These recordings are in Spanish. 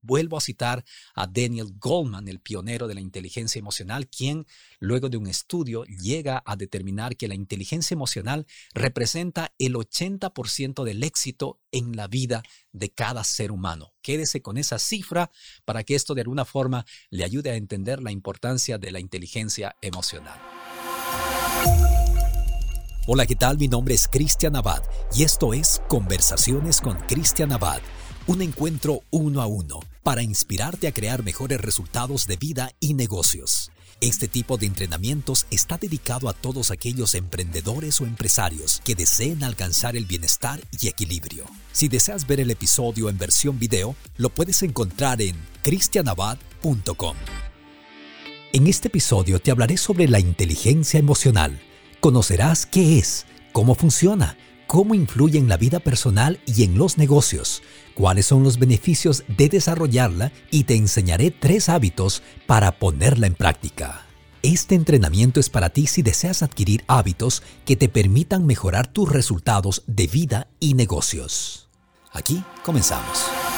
Vuelvo a citar a Daniel Goleman, el pionero de la inteligencia emocional, quien luego de un estudio llega a determinar que la inteligencia emocional representa el 80% del éxito en la vida de cada ser humano. Quédese con esa cifra para que esto de alguna forma le ayude a entender la importancia de la inteligencia emocional. Hola, ¿qué tal? Mi nombre es Cristian Abad y esto es Conversaciones con Cristian Abad. Un encuentro uno a uno para inspirarte a crear mejores resultados de vida y negocios. Este tipo de entrenamientos está dedicado a todos aquellos emprendedores o empresarios que deseen alcanzar el bienestar y equilibrio. Si deseas ver el episodio en versión video, lo puedes encontrar en cristianabad.com. En este episodio te hablaré sobre la inteligencia emocional. Conocerás qué es, cómo funciona, cómo influye en la vida personal y en los negocios, cuáles son los beneficios de desarrollarla y te enseñaré 3 hábitos para ponerla en práctica. Este entrenamiento es para ti si deseas adquirir hábitos que te permitan mejorar tus resultados de vida y negocios. Aquí comenzamos.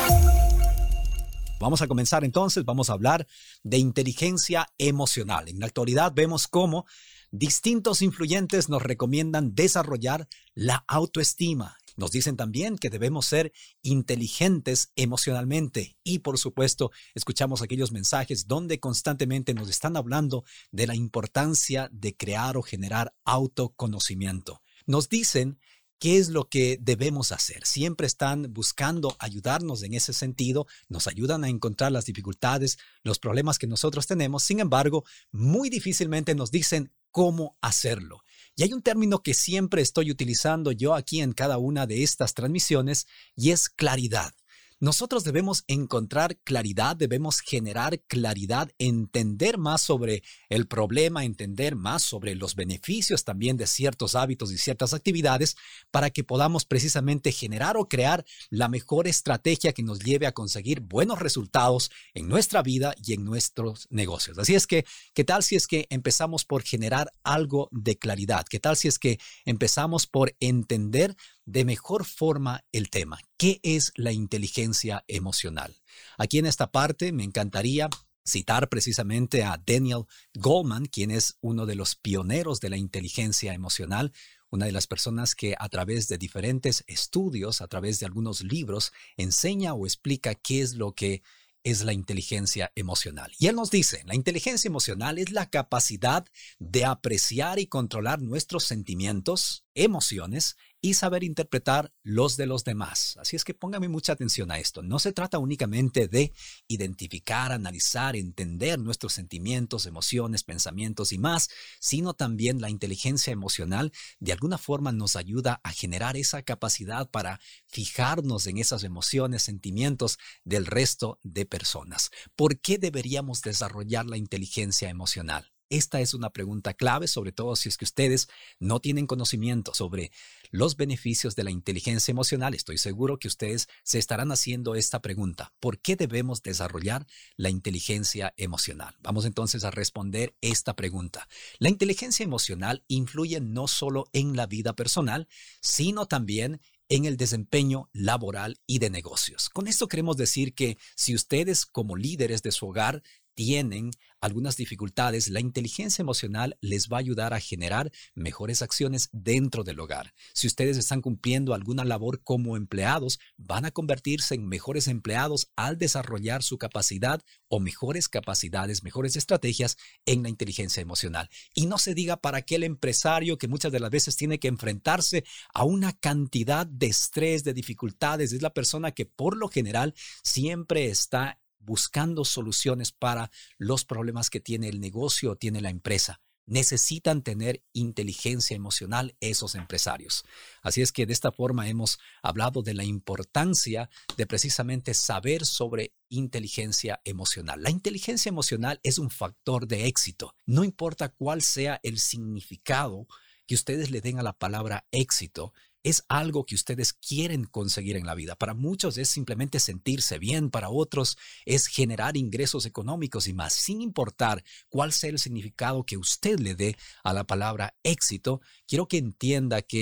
Vamos a comenzar entonces, vamos a hablar de inteligencia emocional. En la actualidad vemos cómo distintos influyentes nos recomiendan desarrollar la autoestima. Nos dicen también que debemos ser inteligentes emocionalmente y, por supuesto, escuchamos aquellos mensajes donde constantemente nos están hablando de la importancia de crear o generar autoconocimiento. Nos dicen qué es lo que debemos hacer. Siempre están buscando ayudarnos en ese sentido, nos ayudan a encontrar las dificultades, los problemas que nosotros tenemos. Sin embargo, muy difícilmente nos dicen cómo hacerlo. Y hay un término que siempre estoy utilizando yo aquí en cada una de estas transmisiones y es claridad. Nosotros debemos encontrar claridad, debemos generar claridad, entender más sobre el problema, entender más sobre los beneficios también de ciertos hábitos y ciertas actividades para que podamos precisamente generar o crear la mejor estrategia que nos lleve a conseguir buenos resultados en nuestra vida y en nuestros negocios. Así es que, ¿qué tal si es que empezamos por generar algo de claridad? ¿Qué tal si es que empezamos por entender de mejor forma el tema? ¿Qué es la inteligencia emocional? Aquí en esta parte me encantaría citar precisamente a Daniel Goleman, quien es uno de los pioneros de la inteligencia emocional, una de las personas que a través de diferentes estudios, a través de algunos libros, enseña o explica qué es lo que es la inteligencia emocional. Y él nos dice, la inteligencia emocional es la capacidad de apreciar y controlar nuestros sentimientos, emociones y saber interpretar los de los demás. Así es que póngame mucha atención a esto. No se trata únicamente de identificar, analizar, entender nuestros sentimientos, emociones, pensamientos y más, sino también la inteligencia emocional de alguna forma nos ayuda a generar esa capacidad para fijarnos en esas emociones, sentimientos del resto de personas. ¿Por qué deberíamos desarrollar la inteligencia emocional? Esta es una pregunta clave, sobre todo si es que ustedes no tienen conocimiento sobre los beneficios de la inteligencia emocional. Estoy seguro que ustedes se estarán haciendo esta pregunta. ¿Por qué debemos desarrollar la inteligencia emocional? Vamos entonces a responder esta pregunta. La inteligencia emocional influye no solo en la vida personal, sino también en el desempeño laboral y de negocios. Con esto queremos decir que si ustedes como líderes de su hogar tienen algunas dificultades, la inteligencia emocional les va a ayudar a generar mejores acciones dentro del hogar. Si ustedes están cumpliendo alguna labor como empleados, van a convertirse en mejores empleados al desarrollar su capacidad o mejores capacidades, mejores estrategias en la inteligencia emocional. Y no se diga para aquel empresario que muchas de las veces tiene que enfrentarse a una cantidad de estrés, de dificultades. Es la persona que por lo general siempre está buscando soluciones para los problemas que tiene el negocio o tiene la empresa. Necesitan tener inteligencia emocional esos empresarios. Así es que de esta forma hemos hablado de la importancia de precisamente saber sobre inteligencia emocional. La inteligencia emocional es un factor de éxito. No importa cuál sea el significado que ustedes le den a la palabra éxito, es algo que ustedes quieren conseguir en la vida. Para muchos es simplemente sentirse bien, para otros es generar ingresos económicos y más. Sin importar cuál sea el significado que usted le dé a la palabra éxito, quiero que entienda que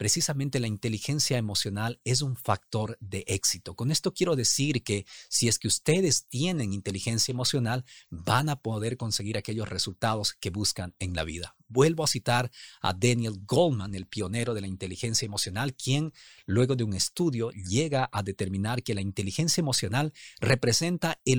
precisamente la inteligencia emocional es un factor de éxito. Con esto quiero decir que si es que ustedes tienen inteligencia emocional, van a poder conseguir aquellos resultados que buscan en la vida. Vuelvo a citar a Daniel Goleman, el pionero de la inteligencia emocional, quien luego de un estudio llega a determinar que la inteligencia emocional representa el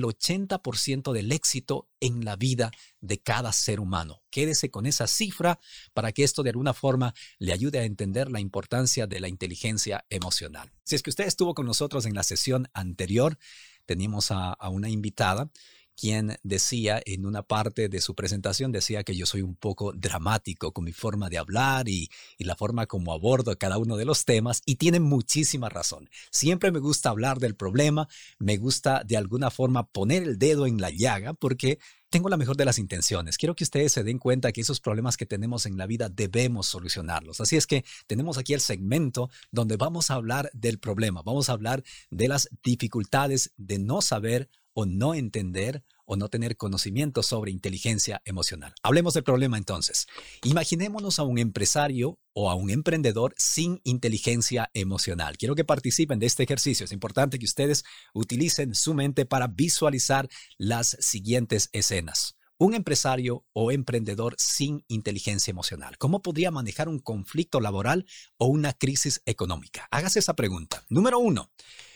80% del éxito en la vida de cada ser humano. Quédese con esa cifra para que esto de alguna forma le ayude a entender la importancia de la inteligencia emocional. Si es que usted estuvo con nosotros en la sesión anterior, teníamos a una invitada quien decía en una parte de su presentación, decía que yo soy un poco dramático con mi forma de hablar y la forma como abordo cada uno de los temas, y tiene muchísima razón. Siempre me gusta hablar del problema, me gusta de alguna forma poner el dedo en la llaga porque tengo la mejor de las intenciones. Quiero que ustedes se den cuenta que esos problemas que tenemos en la vida debemos solucionarlos. Así es que tenemos aquí el segmento donde vamos a hablar del problema, vamos a hablar de las dificultades de no saber o no entender o no tener conocimiento sobre inteligencia emocional. Hablemos del problema entonces. Imaginémonos a un empresario o a un emprendedor sin inteligencia emocional. Quiero que participen de este ejercicio. Es importante que ustedes utilicen su mente para visualizar las siguientes escenas. Un empresario o emprendedor sin inteligencia emocional. ¿Cómo podría manejar un conflicto laboral o una crisis económica? Hágase esa pregunta. Número 1.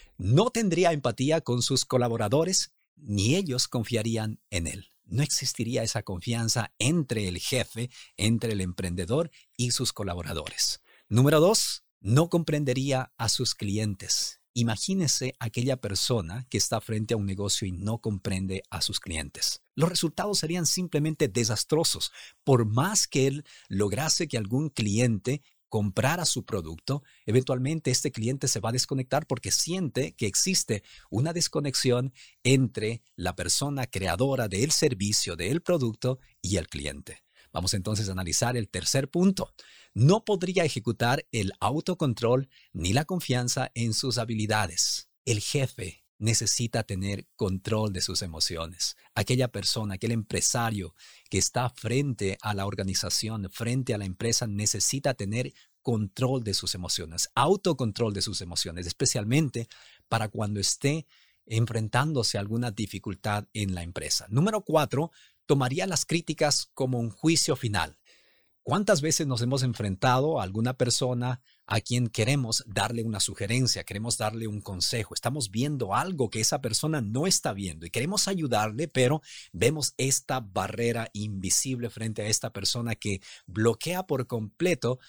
No tendría empatía con sus colaboradores, ni ellos confiarían en él. No existiría esa confianza entre el jefe, entre el emprendedor y sus colaboradores. Número 2, no comprendería a sus clientes. Imagínese aquella persona que está frente a un negocio y no comprende a sus clientes. Los resultados serían simplemente desastrosos. Por más que él lograse que algún cliente comprara su producto, eventualmente este cliente se va a desconectar porque siente que existe una desconexión entre la persona creadora del servicio, del producto y el cliente. Vamos entonces a analizar el tercer punto. No podría ejecutar el autocontrol ni la confianza en sus habilidades. El jefe necesita tener control de sus emociones. Aquella persona, aquel empresario que está frente a la organización, frente a la empresa, necesita tener control de sus emociones, autocontrol de sus emociones, especialmente para cuando esté enfrentándose a alguna dificultad en la empresa. Número 4, tomaría las críticas como un juicio final. ¿Cuántas veces nos hemos enfrentado a alguna persona a quien queremos darle una sugerencia, queremos darle un consejo? Estamos viendo algo que esa persona no está viendo y queremos ayudarle, pero vemos esta barrera invisible frente a esta persona que bloquea por completo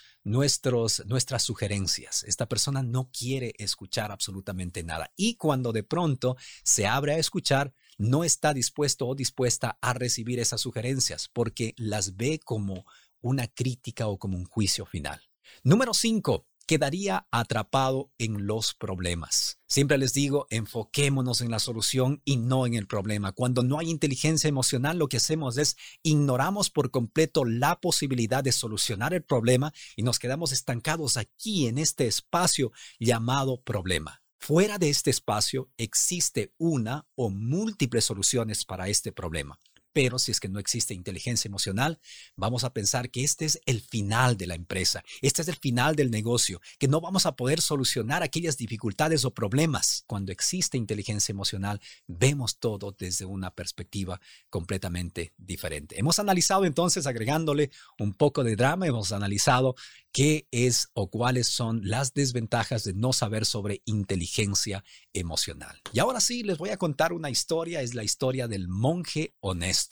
nuestras sugerencias. Esta persona no quiere escuchar absolutamente nada y cuando de pronto se abre a escuchar, no está dispuesto o dispuesta a recibir esas sugerencias porque las ve como una crítica o como un juicio final. Número 5, quedaría atrapado en los problemas. Siempre les digo, enfoquémonos en la solución y no en el problema. Cuando no hay inteligencia emocional, lo que hacemos es ignoramos por completo la posibilidad de solucionar el problema y nos quedamos estancados aquí en este espacio llamado problema. Fuera de este espacio existe una o múltiples soluciones para este problema. Pero si es que no existe inteligencia emocional, vamos a pensar que este es el final de la empresa, este es el final del negocio, que no vamos a poder solucionar aquellas dificultades o problemas. Cuando existe inteligencia emocional, vemos todo desde una perspectiva completamente diferente. Hemos analizado entonces, agregándole un poco de drama, hemos analizado qué es o cuáles son las desventajas de no saber sobre inteligencia emocional. Y ahora sí, les voy a contar una historia, es la historia del monje honesto.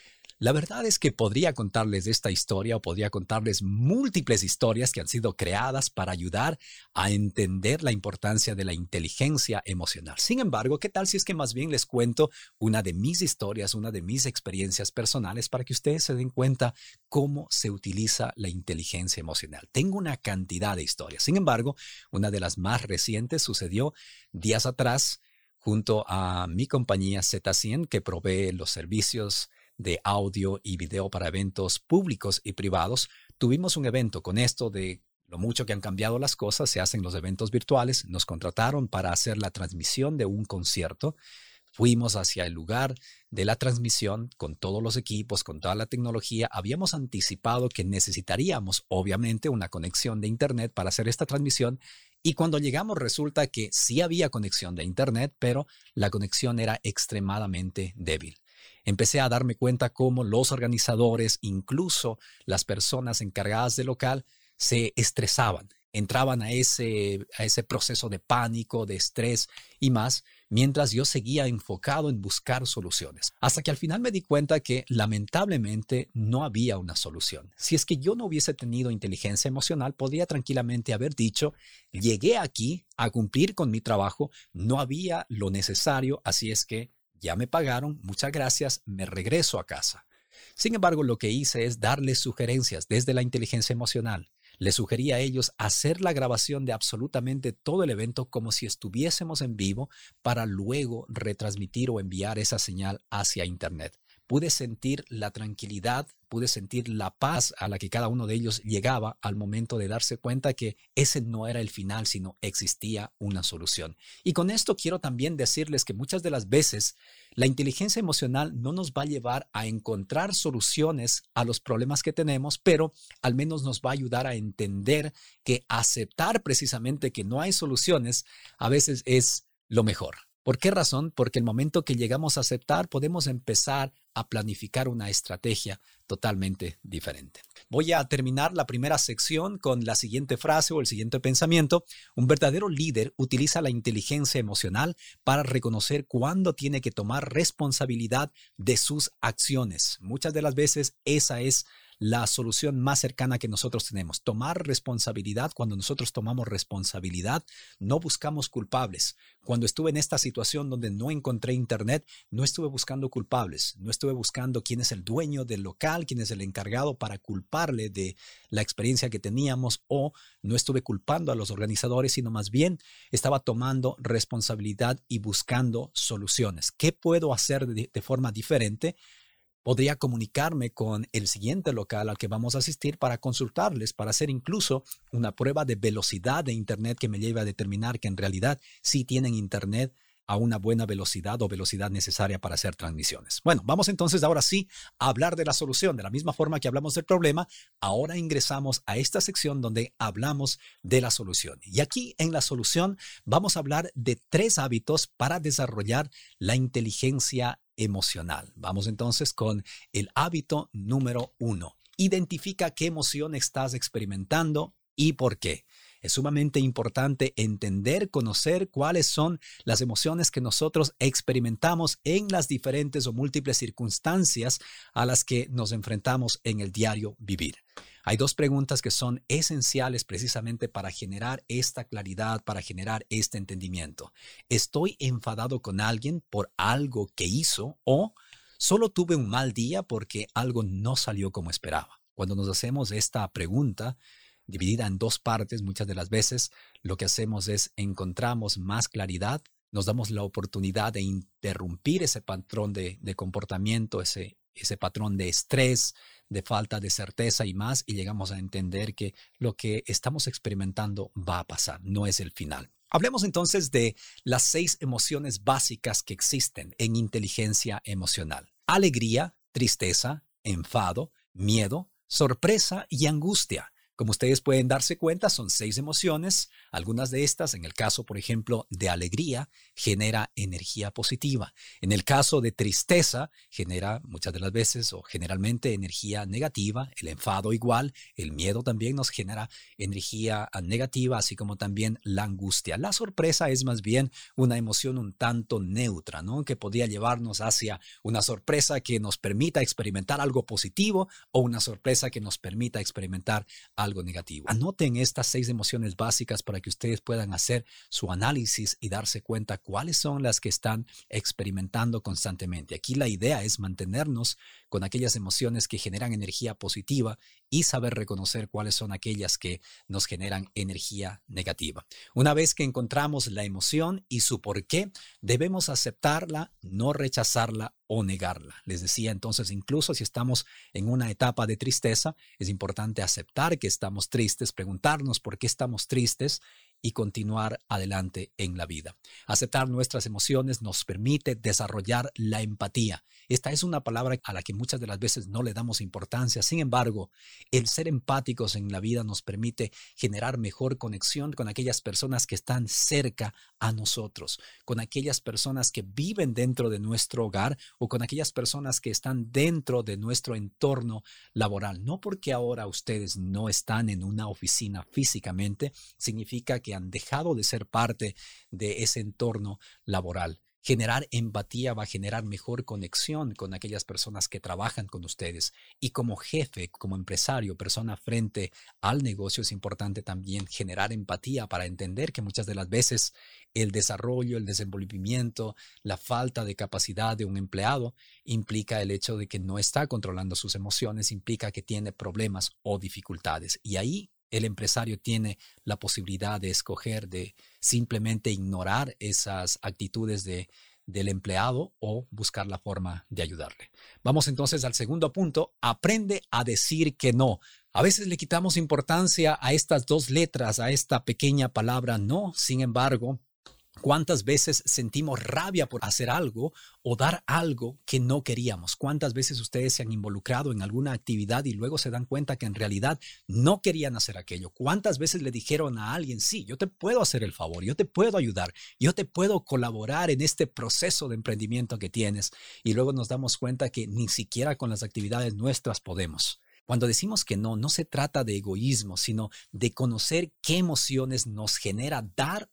La verdad es que podría contarles esta historia o podría contarles múltiples historias que han sido creadas para ayudar a entender la importancia de la inteligencia emocional. Sin embargo, ¿qué tal si es que más bien les cuento una de mis historias, una de mis experiencias personales para que ustedes se den cuenta cómo se utiliza la inteligencia emocional? Tengo una cantidad de historias. Sin embargo, una de las más recientes sucedió días atrás junto a mi compañía Z100 que provee los servicios de audio y video para eventos públicos y privados. Tuvimos un evento con esto de lo mucho que han cambiado las cosas, se hacen los eventos virtuales. Nos contrataron para hacer la transmisión de un concierto. Fuimos hacia el lugar de la transmisión con todos los equipos, con toda la tecnología. Habíamos anticipado que necesitaríamos, obviamente, una conexión de internet para hacer esta transmisión. Y cuando llegamos resulta que sí había conexión de internet, pero la conexión era extremadamente débil. Empecé a darme cuenta cómo los organizadores, incluso las personas encargadas del local, se estresaban. Entraban a ese proceso de pánico, de estrés y más, mientras yo seguía enfocado en buscar soluciones. Hasta que al final me di cuenta que lamentablemente no había una solución. Si es que yo no hubiese tenido inteligencia emocional, podría tranquilamente haber dicho, llegué aquí a cumplir con mi trabajo, no había lo necesario, así es que ya me pagaron, muchas gracias, me regreso a casa. Sin embargo, lo que hice es darles sugerencias desde la inteligencia emocional. Les sugerí a ellos hacer la grabación de absolutamente todo el evento como si estuviésemos en vivo para luego retransmitir o enviar esa señal hacia Internet. Pude sentir la tranquilidad, pude sentir la paz a la que cada uno de ellos llegaba al momento de darse cuenta que ese no era el final, sino existía una solución. Y con esto quiero también decirles que muchas de las veces la inteligencia emocional no nos va a llevar a encontrar soluciones a los problemas que tenemos, pero al menos nos va a ayudar a entender que aceptar precisamente que no hay soluciones a veces es lo mejor. ¿Por qué razón? Porque el momento que llegamos a aceptar podemos empezar a planificar una estrategia totalmente diferente. Voy a terminar la primera sección con la siguiente frase o el siguiente pensamiento. Un verdadero líder utiliza la inteligencia emocional para reconocer cuándo tiene que tomar responsabilidad de sus acciones. Muchas de las veces esa es la solución más cercana que nosotros tenemos. Tomar responsabilidad. Cuando nosotros tomamos responsabilidad, no buscamos culpables. Cuando estuve en esta situación donde no encontré internet, no estuve buscando culpables. No estuve buscando quién es el dueño del local, quién es el encargado para culparle de la experiencia que teníamos, o no estuve culpando a los organizadores, sino más bien estaba tomando responsabilidad y buscando soluciones. ¿Qué puedo hacer de forma diferente? Podría comunicarme con el siguiente local al que vamos a asistir para consultarles, para hacer incluso una prueba de velocidad de internet que me lleve a determinar que en realidad sí tienen internet a una buena velocidad o velocidad necesaria para hacer transmisiones. Bueno, vamos entonces ahora sí a hablar de la solución. De la misma forma que hablamos del problema, ahora ingresamos a esta sección donde hablamos de la solución. Y aquí en la solución vamos a hablar de 3 hábitos para desarrollar la inteligencia emocional. Vamos entonces con el hábito número 1. Identifica qué emoción estás experimentando y por qué. Es sumamente importante entender, conocer cuáles son las emociones que nosotros experimentamos en las diferentes o múltiples circunstancias a las que nos enfrentamos en el diario vivir. Hay 2 preguntas que son esenciales precisamente para generar esta claridad, para generar este entendimiento. ¿Estoy enfadado con alguien por algo que hizo o solo tuve un mal día porque algo no salió como esperaba? Cuando nos hacemos esta pregunta, dividida en 2 partes, muchas de las veces lo que hacemos es encontramos más claridad, nos damos la oportunidad de interrumpir ese patrón de comportamiento, ese patrón de estrés, de falta de certeza y más, y llegamos a entender que lo que estamos experimentando va a pasar, no es el final. Hablemos entonces de las 6 emociones básicas que existen en inteligencia emocional. Alegría, tristeza, enfado, miedo, sorpresa y angustia. Como ustedes pueden darse cuenta, son 6 emociones. Algunas de estas, en el caso, por ejemplo, de alegría, genera energía positiva. En el caso de tristeza, genera muchas de las veces o generalmente energía negativa. El enfado igual, el miedo también nos genera energía negativa, así como también la angustia. La sorpresa es más bien una emoción un tanto neutra, ¿no? Que podría llevarnos hacia una sorpresa que nos permita experimentar algo positivo o una sorpresa que nos permita experimentar algo negativo. Anoten estas 6 emociones básicas para que ustedes puedan hacer su análisis y darse cuenta cuáles son las que están experimentando constantemente. Aquí la idea es mantenernos con aquellas emociones que generan energía positiva y saber reconocer cuáles son aquellas que nos generan energía negativa. Una vez que encontramos la emoción y su porqué, debemos aceptarla, no rechazarla o negarla. Les decía entonces, incluso si estamos en una etapa de tristeza, es importante aceptar que estamos tristes, preguntarnos por qué estamos tristes y continuar adelante en la vida. Aceptar nuestras emociones nos permite desarrollar la empatía. Esta es una palabra a la que muchas de las veces no le damos importancia. Sin embargo, el ser empáticos en la vida nos permite generar mejor conexión con aquellas personas que están cerca a nosotros, con aquellas personas que viven dentro de nuestro hogar o con aquellas personas que están dentro de nuestro entorno laboral. No porque ahora ustedes no están en una oficina físicamente, significa que han dejado de ser parte de ese entorno laboral. Generar empatía va a generar mejor conexión con aquellas personas que trabajan con ustedes. Y como jefe, como empresario, persona frente al negocio, es importante también generar empatía para entender que muchas de las veces el desarrollo, el desenvolvimiento, la falta de capacidad de un empleado implica el hecho de que no está controlando sus emociones, implica que tiene problemas o dificultades. Y ahí el empresario tiene la posibilidad de escoger, de simplemente ignorar esas actitudes del empleado o buscar la forma de ayudarle. Vamos entonces al segundo punto, aprende a decir que no. A veces le quitamos importancia a estas dos letras, a esta pequeña palabra no. Sin embargo, ¿cuántas veces sentimos rabia por hacer algo o dar algo que no queríamos? ¿Cuántas veces ustedes se han involucrado en alguna actividad y luego se dan cuenta que en realidad no querían hacer aquello? ¿Cuántas veces le dijeron a alguien, sí, yo te puedo hacer el favor, yo te puedo ayudar, yo te puedo colaborar en este proceso de emprendimiento que tienes? Y luego nos damos cuenta que ni siquiera con las actividades nuestras podemos. Cuando decimos que no, no se trata de egoísmo, sino de conocer qué emociones nos genera dar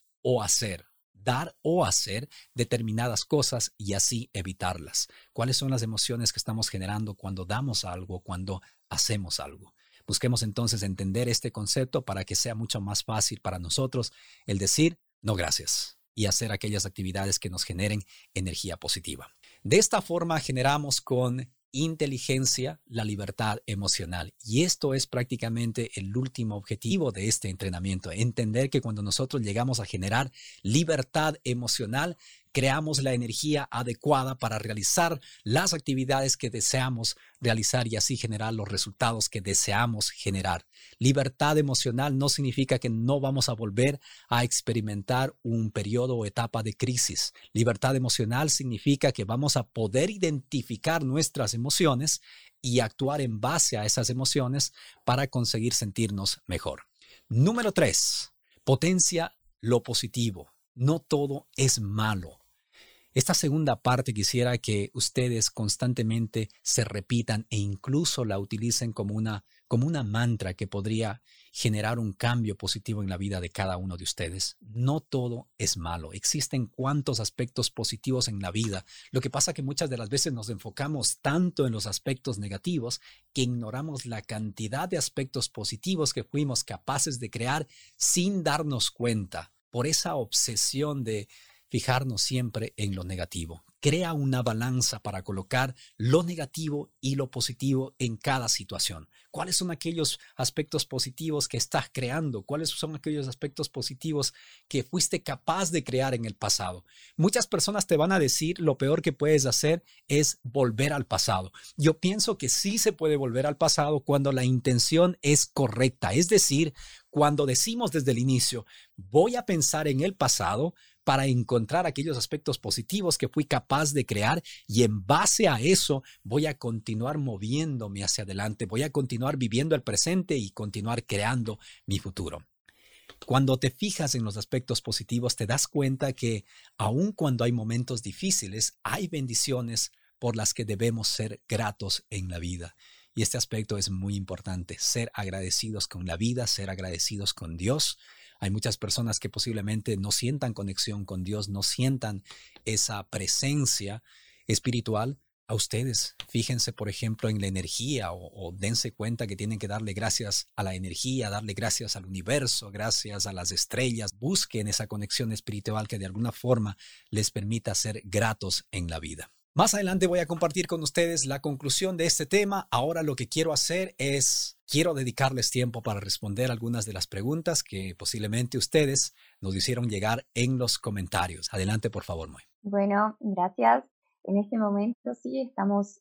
o hacer determinadas cosas y así evitarlas. ¿Cuáles son las emociones que estamos generando cuando damos algo, cuando hacemos algo? Busquemos entonces entender este concepto para que sea mucho más fácil para nosotros el decir no gracias y hacer aquellas actividades que nos generen energía positiva. De esta forma generamos con inteligencia la libertad emocional. Y esto es prácticamente el último objetivo de este entrenamiento, entender que cuando nosotros llegamos a generar libertad emocional, creamos la energía adecuada para realizar las actividades que deseamos realizar y así generar los resultados que deseamos generar. Libertad emocional no significa que no vamos a volver a experimentar un periodo o etapa de crisis. Libertad emocional significa que vamos a poder identificar nuestras emociones y actuar en base a esas emociones para conseguir sentirnos mejor. Número 3, potencia lo positivo. No todo es malo. Esta segunda parte quisiera que ustedes constantemente se repitan e incluso la utilicen como una mantra que podría generar un cambio positivo en la vida de cada uno de ustedes. No todo es malo. Existen cuantos aspectos positivos en la vida. Lo que pasa es que muchas de las veces nos enfocamos tanto en los aspectos negativos que ignoramos la cantidad de aspectos positivos que fuimos capaces de crear sin darnos cuenta por esa obsesión de fijarnos siempre en lo negativo. Crea una balanza para colocar lo negativo y lo positivo en cada situación. ¿Cuáles son aquellos aspectos positivos que estás creando? ¿Cuáles son aquellos aspectos positivos que fuiste capaz de crear en el pasado? Muchas personas te van a decir lo peor que puedes hacer es volver al pasado. Yo pienso que sí se puede volver al pasado cuando la intención es correcta. Es decir, cuando decimos desde el inicio, voy a pensar en el pasado para encontrar aquellos aspectos positivos que fui capaz de crear y en base a eso voy a continuar moviéndome hacia adelante, voy a continuar viviendo el presente y continuar creando mi futuro. Cuando te fijas en los aspectos positivos, te das cuenta que aun cuando hay momentos difíciles, hay bendiciones por las que debemos ser gratos en la vida. Y este aspecto es muy importante, ser agradecidos con la vida, ser agradecidos con Dios. Hay muchas personas que posiblemente no sientan conexión con Dios, no sientan esa presencia espiritual. A ustedes, fíjense por ejemplo en la energía o dense cuenta que tienen que darle gracias a la energía, darle gracias al universo, gracias a las estrellas. Busquen esa conexión espiritual que de alguna forma les permita ser gratos en la vida. Más adelante voy a compartir con ustedes la conclusión de este tema. Ahora lo que quiero hacer es, quiero dedicarles tiempo para responder algunas de las preguntas que posiblemente ustedes nos hicieron llegar en los comentarios. Adelante, por favor, Moy. Bueno, gracias. En este momento sí estamos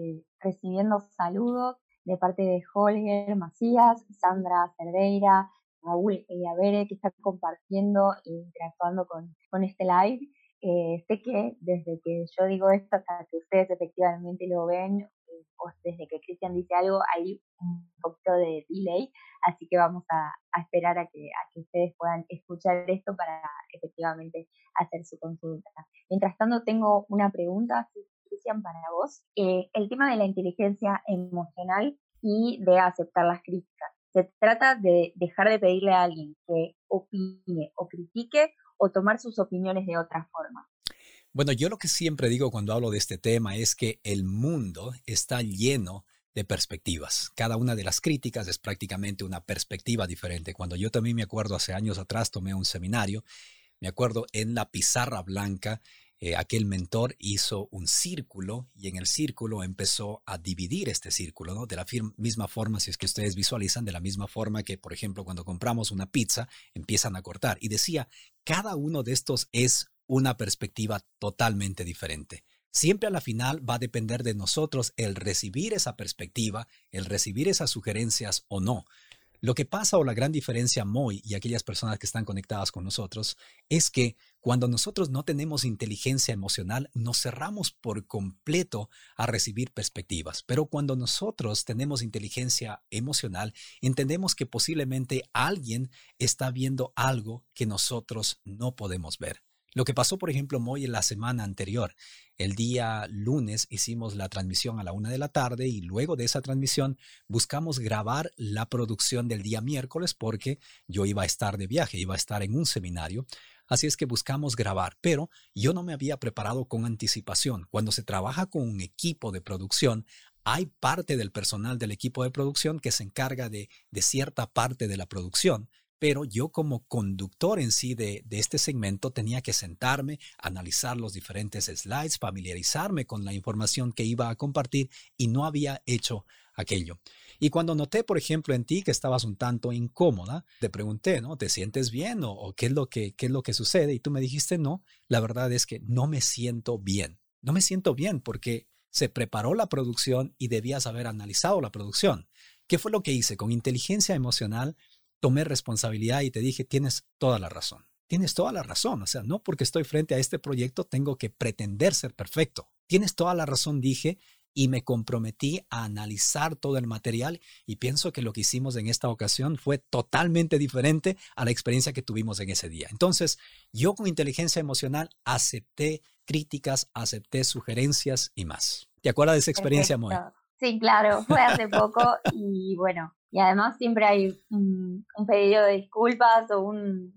recibiendo saludos de parte de Holger Macías, Sandra Cerveira, Raúl y a Bere que está compartiendo e interactuando con este live. Sé que desde que yo digo esto hasta que ustedes efectivamente lo ven, o desde que Cristian dice algo, hay un poquito de delay, así que vamos a esperar a que ustedes puedan escuchar esto para efectivamente hacer su consulta. Mientras tanto, tengo una pregunta, Cristian, para vos. El tema de la inteligencia emocional y de aceptar las críticas. Se trata de dejar de pedirle a alguien que opine o critique o tomar sus opiniones de otra forma. Bueno, yo lo que siempre digo cuando hablo de este tema es que el mundo está lleno de perspectivas. Cada una de las críticas es prácticamente una perspectiva diferente. Cuando yo también me acuerdo hace años atrás tomé un seminario, me acuerdo en la pizarra blanca, aquel mentor hizo un círculo y en el círculo empezó a dividir este círculo, ¿no? De la misma forma, si es que ustedes visualizan, de la misma forma que, por ejemplo, cuando compramos una pizza, empiezan a cortar. Y decía, cada uno de estos es una perspectiva totalmente diferente. Siempre a la final va a depender de nosotros el recibir esa perspectiva, el recibir esas sugerencias o no. Lo que pasa o la gran diferencia, Moy, y aquellas personas que están conectadas con nosotros, es que cuando nosotros no tenemos inteligencia emocional, nos cerramos por completo a recibir perspectivas. Pero cuando nosotros tenemos inteligencia emocional, entendemos que posiblemente alguien está viendo algo que nosotros no podemos ver. Lo que pasó, por ejemplo, Moy, en la semana anterior. El día lunes hicimos la transmisión a la 1 de la tarde y luego de esa transmisión buscamos grabar la producción del día miércoles porque yo iba a estar de viaje, iba a estar en un seminario. Así es que buscamos grabar, pero yo no me había preparado con anticipación. Cuando se trabaja con un equipo de producción, hay parte del personal del equipo de producción que se encarga de cierta parte de la producción. Pero yo como conductor en sí de este segmento tenía que sentarme, analizar los diferentes slides, familiarizarme con la información que iba a compartir y no había hecho aquello. Y cuando noté, por ejemplo, en ti que estabas un tanto incómoda, te pregunté, ¿no? ¿Te sientes bien o qué es lo que sucede? Y tú me dijiste, no, la verdad es que no me siento bien. No me siento bien porque se preparó la producción y debías haber analizado la producción. ¿Qué fue lo que hice? Con inteligencia emocional tomé responsabilidad y te dije, tienes toda la razón. Tienes toda la razón. O sea, no porque estoy frente a este proyecto tengo que pretender ser perfecto. Tienes toda la razón, dije, y me comprometí a analizar todo el material y pienso que lo que hicimos en esta ocasión fue totalmente diferente a la experiencia que tuvimos en ese día. Entonces, yo con inteligencia emocional acepté críticas, acepté sugerencias y más. ¿Te acuerdas de esa experiencia, Moy? Sí, claro, fue hace poco y bueno, y además siempre hay un pedido de disculpas o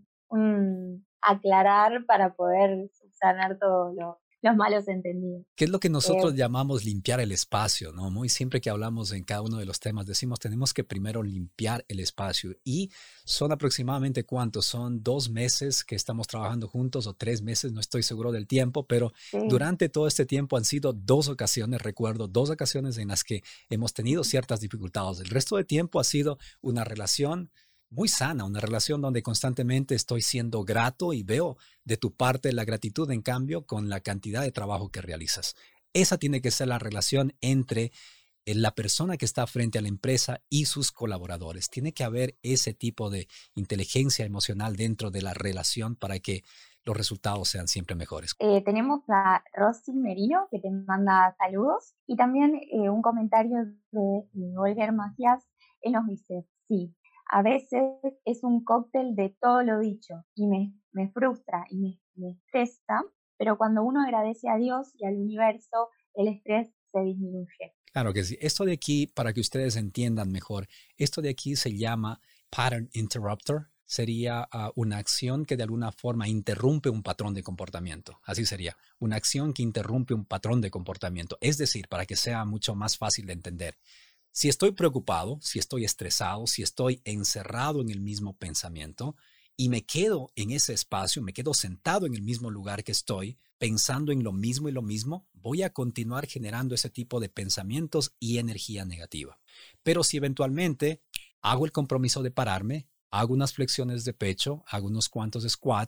un aclarar para poder subsanar todos los malos entendidos. ¿Qué es lo que nosotros llamamos limpiar el espacio, ¿no? Muy siempre que hablamos en cada uno de los temas decimos tenemos que primero limpiar el espacio y son aproximadamente ¿cuántos? Son 2 meses que estamos trabajando juntos o 3 meses, no estoy seguro del tiempo, pero sí. Durante todo este tiempo han sido 2 ocasiones, recuerdo, 2 ocasiones en las que hemos tenido ciertas dificultades. El resto del tiempo ha sido una relación muy sana, una relación donde constantemente estoy siendo grato y veo de tu parte la gratitud en cambio con la cantidad de trabajo que realizas. Esa tiene que ser la relación entre la persona que está frente a la empresa y sus colaboradores. Tiene que haber ese tipo de inteligencia emocional dentro de la relación para que los resultados sean siempre mejores. Tenemos a Rosy Merino que te manda saludos y también un comentario de Olger Macías. Él nos dice, sí, a veces es un cóctel de todo lo dicho y me frustra y me estresa, pero cuando uno agradece a Dios y al universo, el estrés se disminuye. Claro que sí. Esto de aquí, para que ustedes entiendan mejor, esto de aquí se llama pattern interrupter. Sería una acción que de alguna forma interrumpe un patrón de comportamiento. Así sería, una acción que interrumpe un patrón de comportamiento. Es decir, para que sea mucho más fácil de entender. Si estoy preocupado, si estoy estresado, si estoy encerrado en el mismo pensamiento y me quedo en ese espacio, me quedo sentado en el mismo lugar que estoy, pensando en lo mismo y lo mismo, voy a continuar generando ese tipo de pensamientos y energía negativa. Pero si eventualmente hago el compromiso de pararme, hago unas flexiones de pecho, hago unos cuantos squats,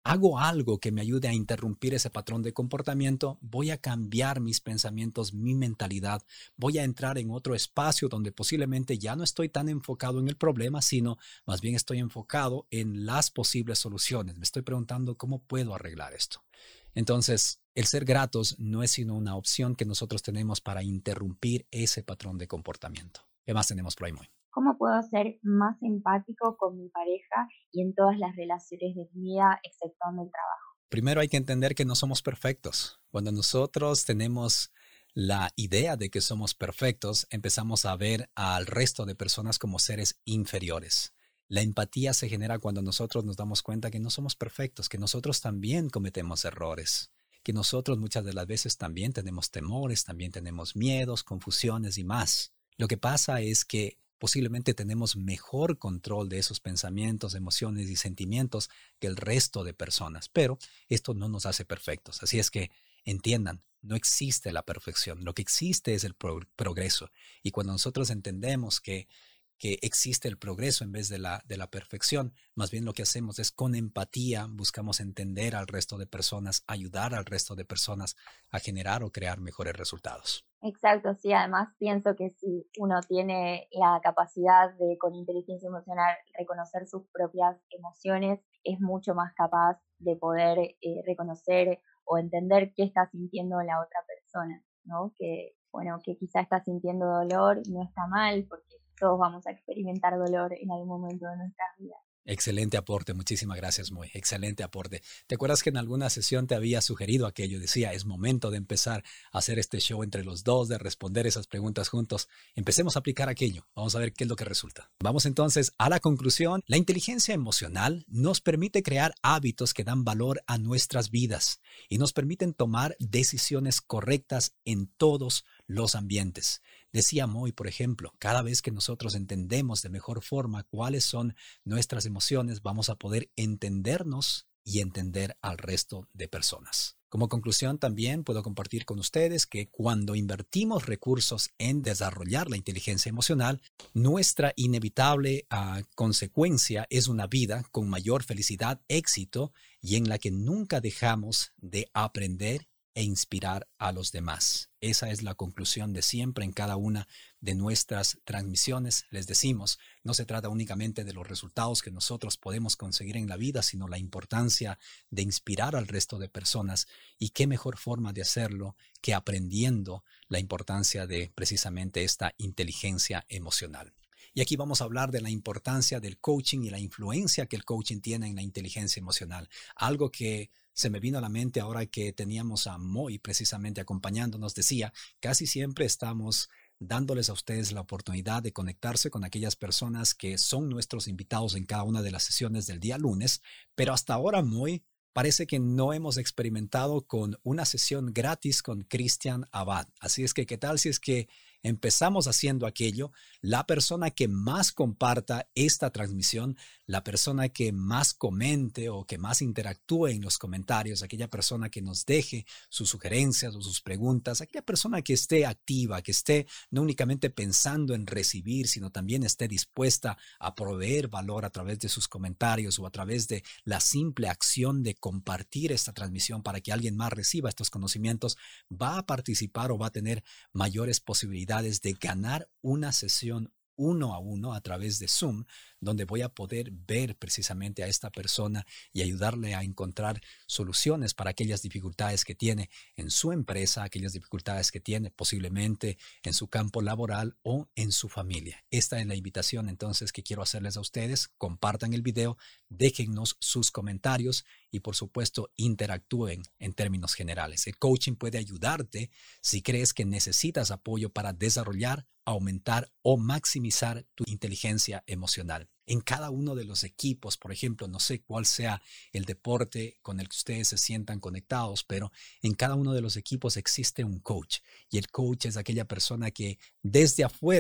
hago algo que me ayude a interrumpir ese patrón de comportamiento, voy a cambiar mis pensamientos, mi mentalidad, voy a entrar en otro espacio donde posiblemente ya no estoy tan enfocado en el problema, sino más bien estoy enfocado en las posibles soluciones. Me estoy preguntando cómo puedo arreglar esto. Entonces, el ser gratos no es sino una opción que nosotros tenemos para interrumpir ese patrón de comportamiento. ¿Qué más tenemos por ahí, Moy? ¿Cómo puedo ser más empático con mi pareja y en todas las relaciones de mi vida, exceptuando el trabajo? Primero hay que entender que no somos perfectos. Cuando nosotros tenemos la idea de que somos perfectos, empezamos a ver al resto de personas como seres inferiores. La empatía se genera cuando nosotros nos damos cuenta que no somos perfectos, que nosotros también cometemos errores, que nosotros muchas de las veces también tenemos temores, también tenemos miedos, confusiones y más. Lo que pasa es que posiblemente tenemos mejor control de esos pensamientos, emociones y sentimientos que el resto de personas, pero esto no nos hace perfectos. Así es que entiendan, no existe la perfección, lo que existe es el progreso. Y cuando nosotros entendemos que existe el progreso en vez de la perfección, más bien lo que hacemos es con empatía, buscamos entender al resto de personas, ayudar al resto de personas a generar o crear mejores resultados. Exacto, sí, además pienso que si uno tiene la capacidad de, con inteligencia emocional, reconocer sus propias emociones, es mucho más capaz de poder reconocer o entender qué está sintiendo la otra persona, ¿no? Que, bueno, que quizá está sintiendo dolor y no está mal, porque todos vamos a experimentar dolor en algún momento de nuestras vidas. Excelente aporte, muchísimas gracias, Moy. Excelente aporte. ¿Te acuerdas que en alguna sesión te había sugerido aquello? Decía, es momento de empezar a hacer este show entre los dos, de responder esas preguntas juntos. Empecemos a aplicar aquello. Vamos a ver qué es lo que resulta. Vamos entonces a la conclusión. La inteligencia emocional nos permite crear hábitos que dan valor a nuestras vidas y nos permiten tomar decisiones correctas en todos los ambientes. Decía Moy, por ejemplo, cada vez que nosotros entendemos de mejor forma cuáles son nuestras emociones, vamos a poder entendernos y entender al resto de personas. Como conclusión, también puedo compartir con ustedes que cuando invertimos recursos en desarrollar la inteligencia emocional, nuestra inevitable consecuencia es una vida con mayor felicidad, éxito y en la que nunca dejamos de aprender e inspirar a los demás. Esa es la conclusión de siempre en cada una de nuestras transmisiones. Les decimos, no se trata únicamente de los resultados que nosotros podemos conseguir en la vida, sino la importancia de inspirar al resto de personas. Y qué mejor forma de hacerlo que aprendiendo la importancia de precisamente esta inteligencia emocional. Y aquí vamos a hablar de la importancia del coaching y la influencia que el coaching tiene en la inteligencia emocional. Algo que se me vino a la mente ahora que teníamos a Moy precisamente acompañándonos. Decía, casi siempre estamos dándoles a ustedes la oportunidad de conectarse con aquellas personas que son nuestros invitados en cada una de las sesiones del día lunes, pero hasta ahora, Moy, parece que no hemos experimentado con una sesión gratis con Cristian Abad. Así es que, ¿qué tal si es que empezamos haciendo aquello? La persona que más comparta esta transmisión, la persona que más comente o que más interactúe en los comentarios, aquella persona que nos deje sus sugerencias o sus preguntas, aquella persona que esté activa, que esté no únicamente pensando en recibir, sino también esté dispuesta a proveer valor a través de sus comentarios o a través de la simple acción de compartir esta transmisión para que alguien más reciba estos conocimientos, va a participar o va a tener mayores posibilidades de ganar una sesión 1-a-1 a través de Zoom, donde voy a poder ver precisamente a esta persona y ayudarle a encontrar soluciones para aquellas dificultades que tiene en su empresa, aquellas dificultades que tiene posiblemente en su campo laboral o en su familia. Esta es la invitación entonces que quiero hacerles a ustedes. Compartan el video, déjennos sus comentarios y por supuesto interactúen en términos generales. El coaching puede ayudarte si crees que necesitas apoyo para desarrollar, aumentar o maximizar tu inteligencia emocional. En cada uno de los equipos, por ejemplo, no sé cuál sea el deporte con el que ustedes se sientan conectados, pero en cada uno de los equipos existe un coach y el coach es aquella persona que desde afuera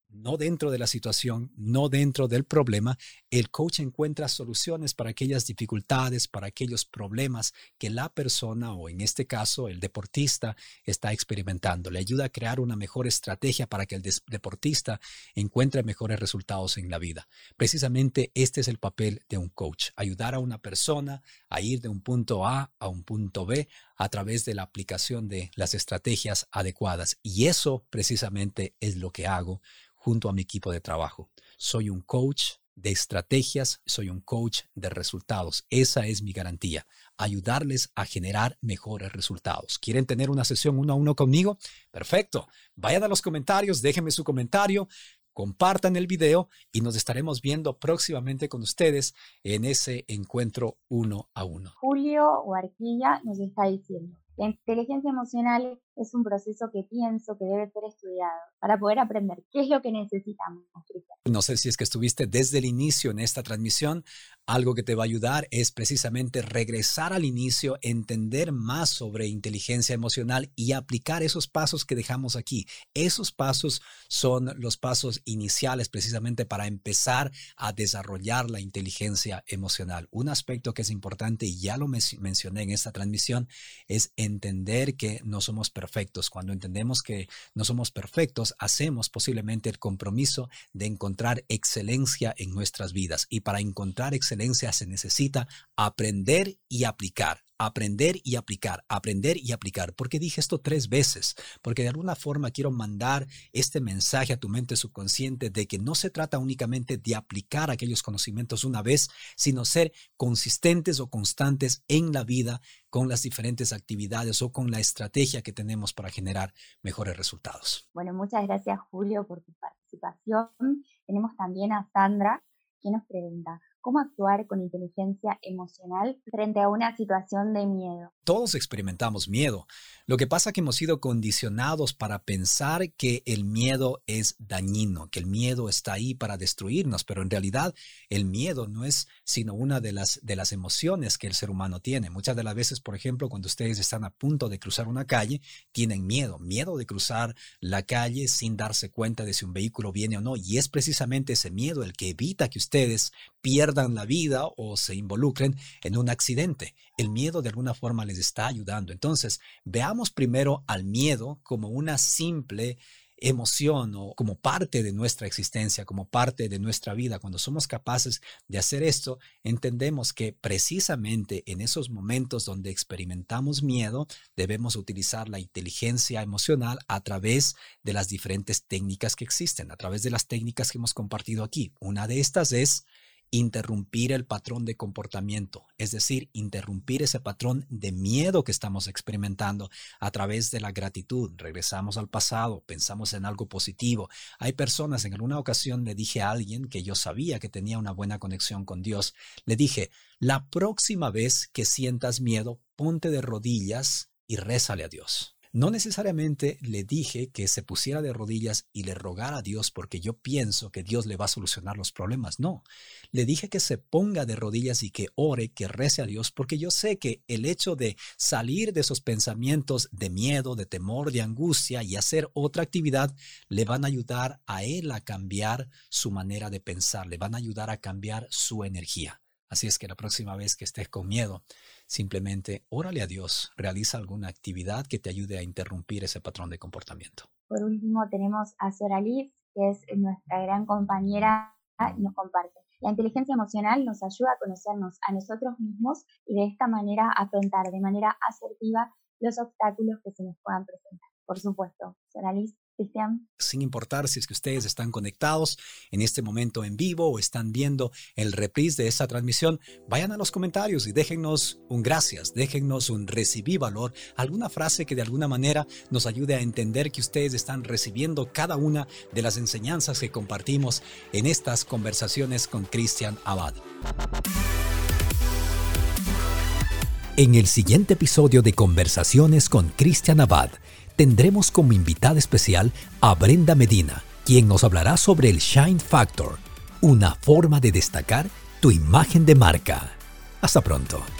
no dentro de la situación, no dentro del problema. El coach encuentra soluciones para aquellas dificultades, para aquellos problemas que la persona, o en este caso el deportista, está experimentando. Le ayuda a crear una mejor estrategia para que el deportista encuentre mejores resultados en la vida. Precisamente este es el papel de un coach: ayudar a una persona a ir de un punto A a un punto B a través de la aplicación de las estrategias adecuadas. Y eso precisamente es lo que hago junto a mi equipo de trabajo. Soy un coach de estrategias, soy un coach de resultados. Esa es mi garantía: ayudarles a generar mejores resultados. ¿Quieren tener una sesión 1-a-1 conmigo? Perfecto. Vayan a los comentarios, déjenme su comentario, compartan el video y nos estaremos viendo próximamente con ustedes en ese encuentro 1-a-1. Julio Huarquilla nos está diciendo: la inteligencia emocional es un proceso que pienso que debe ser estudiado para poder aprender. ¿Qué es lo que necesitamos, Cristian? No sé si es que estuviste desde el inicio en esta transmisión. Algo que te va a ayudar es precisamente regresar al inicio, entender más sobre inteligencia emocional y aplicar esos pasos que dejamos aquí. Esos pasos son los pasos iniciales precisamente para empezar a desarrollar la inteligencia emocional. Un aspecto que es importante, y ya lo mencioné en esta transmisión, es entender que no somos perfectos. Cuando entendemos que no somos perfectos, hacemos posiblemente el compromiso de encontrar excelencia en nuestras vidas. Y para encontrar excelencia se necesita aprender y aplicar. Aprender y aplicar, aprender y aplicar. ¿Por qué dije esto 3 veces? Porque de alguna forma quiero mandar este mensaje a tu mente subconsciente de que no se trata únicamente de aplicar aquellos conocimientos una vez, sino ser consistentes o constantes en la vida con las diferentes actividades o con la estrategia que tenemos para generar mejores resultados. Bueno, muchas gracias, Julio, por tu participación. Tenemos también a Sandra, que nos pregunta: ¿cómo actuar con inteligencia emocional frente a una situación de miedo? Todos experimentamos miedo. Lo que pasa es que hemos sido condicionados para pensar que el miedo es dañino, que el miedo está ahí para destruirnos, pero en realidad el miedo no es sino una de las emociones que el ser humano tiene. Muchas de las veces, por ejemplo, cuando ustedes están a punto de cruzar una calle, tienen miedo de cruzar la calle sin darse cuenta de si un vehículo viene o no, y es precisamente ese miedo el que evita que ustedes pierdan la vida o se involucren en un accidente. El miedo de alguna forma les está ayudando. Entonces, veamos primero al miedo como una simple emoción o como parte de nuestra existencia, como parte de nuestra vida. Cuando somos capaces de hacer esto, entendemos que precisamente en esos momentos donde experimentamos miedo, debemos utilizar la inteligencia emocional a través de las diferentes técnicas que existen, a través de las técnicas que hemos compartido aquí. Una de estas es interrumpir el patrón de comportamiento, es decir, interrumpir ese patrón de miedo que estamos experimentando a través de la gratitud. Regresamos al pasado, pensamos en algo positivo. Hay personas, en alguna ocasión le dije a alguien que yo sabía que tenía una buena conexión con Dios, le dije: la próxima vez que sientas miedo, ponte de rodillas y rézale a Dios. No necesariamente le dije que se pusiera de rodillas y le rogara a Dios porque yo pienso que Dios le va a solucionar los problemas. No, le dije que se ponga de rodillas y que ore, que rece a Dios, porque yo sé que el hecho de salir de esos pensamientos de miedo, de temor, de angustia y hacer otra actividad, le van a ayudar a él a cambiar su manera de pensar, le van a ayudar a cambiar su energía. Así es que la próxima vez que estés con miedo, simplemente órale a Dios, realiza alguna actividad que te ayude a interrumpir ese patrón de comportamiento. Por último tenemos a Soraliz, que es nuestra gran compañera, y nos comparte: la inteligencia emocional nos ayuda a conocernos a nosotros mismos y de esta manera afrontar de manera asertiva los obstáculos que se nos puedan presentar. Por supuesto, Soraliz. Cristian. Sin importar si es que ustedes están conectados en este momento en vivo o están viendo el reprise de esta transmisión, vayan a los comentarios y déjennos un gracias, déjennos un recibí valor, alguna frase que de alguna manera nos ayude a entender que ustedes están recibiendo cada una de las enseñanzas que compartimos en estas conversaciones con Cristian Abad. En el siguiente episodio de Conversaciones con Cristian Abad, tendremos como invitada especial a Brenda Medina, quien nos hablará sobre el Shine Factor, una forma de destacar tu imagen de marca. Hasta pronto.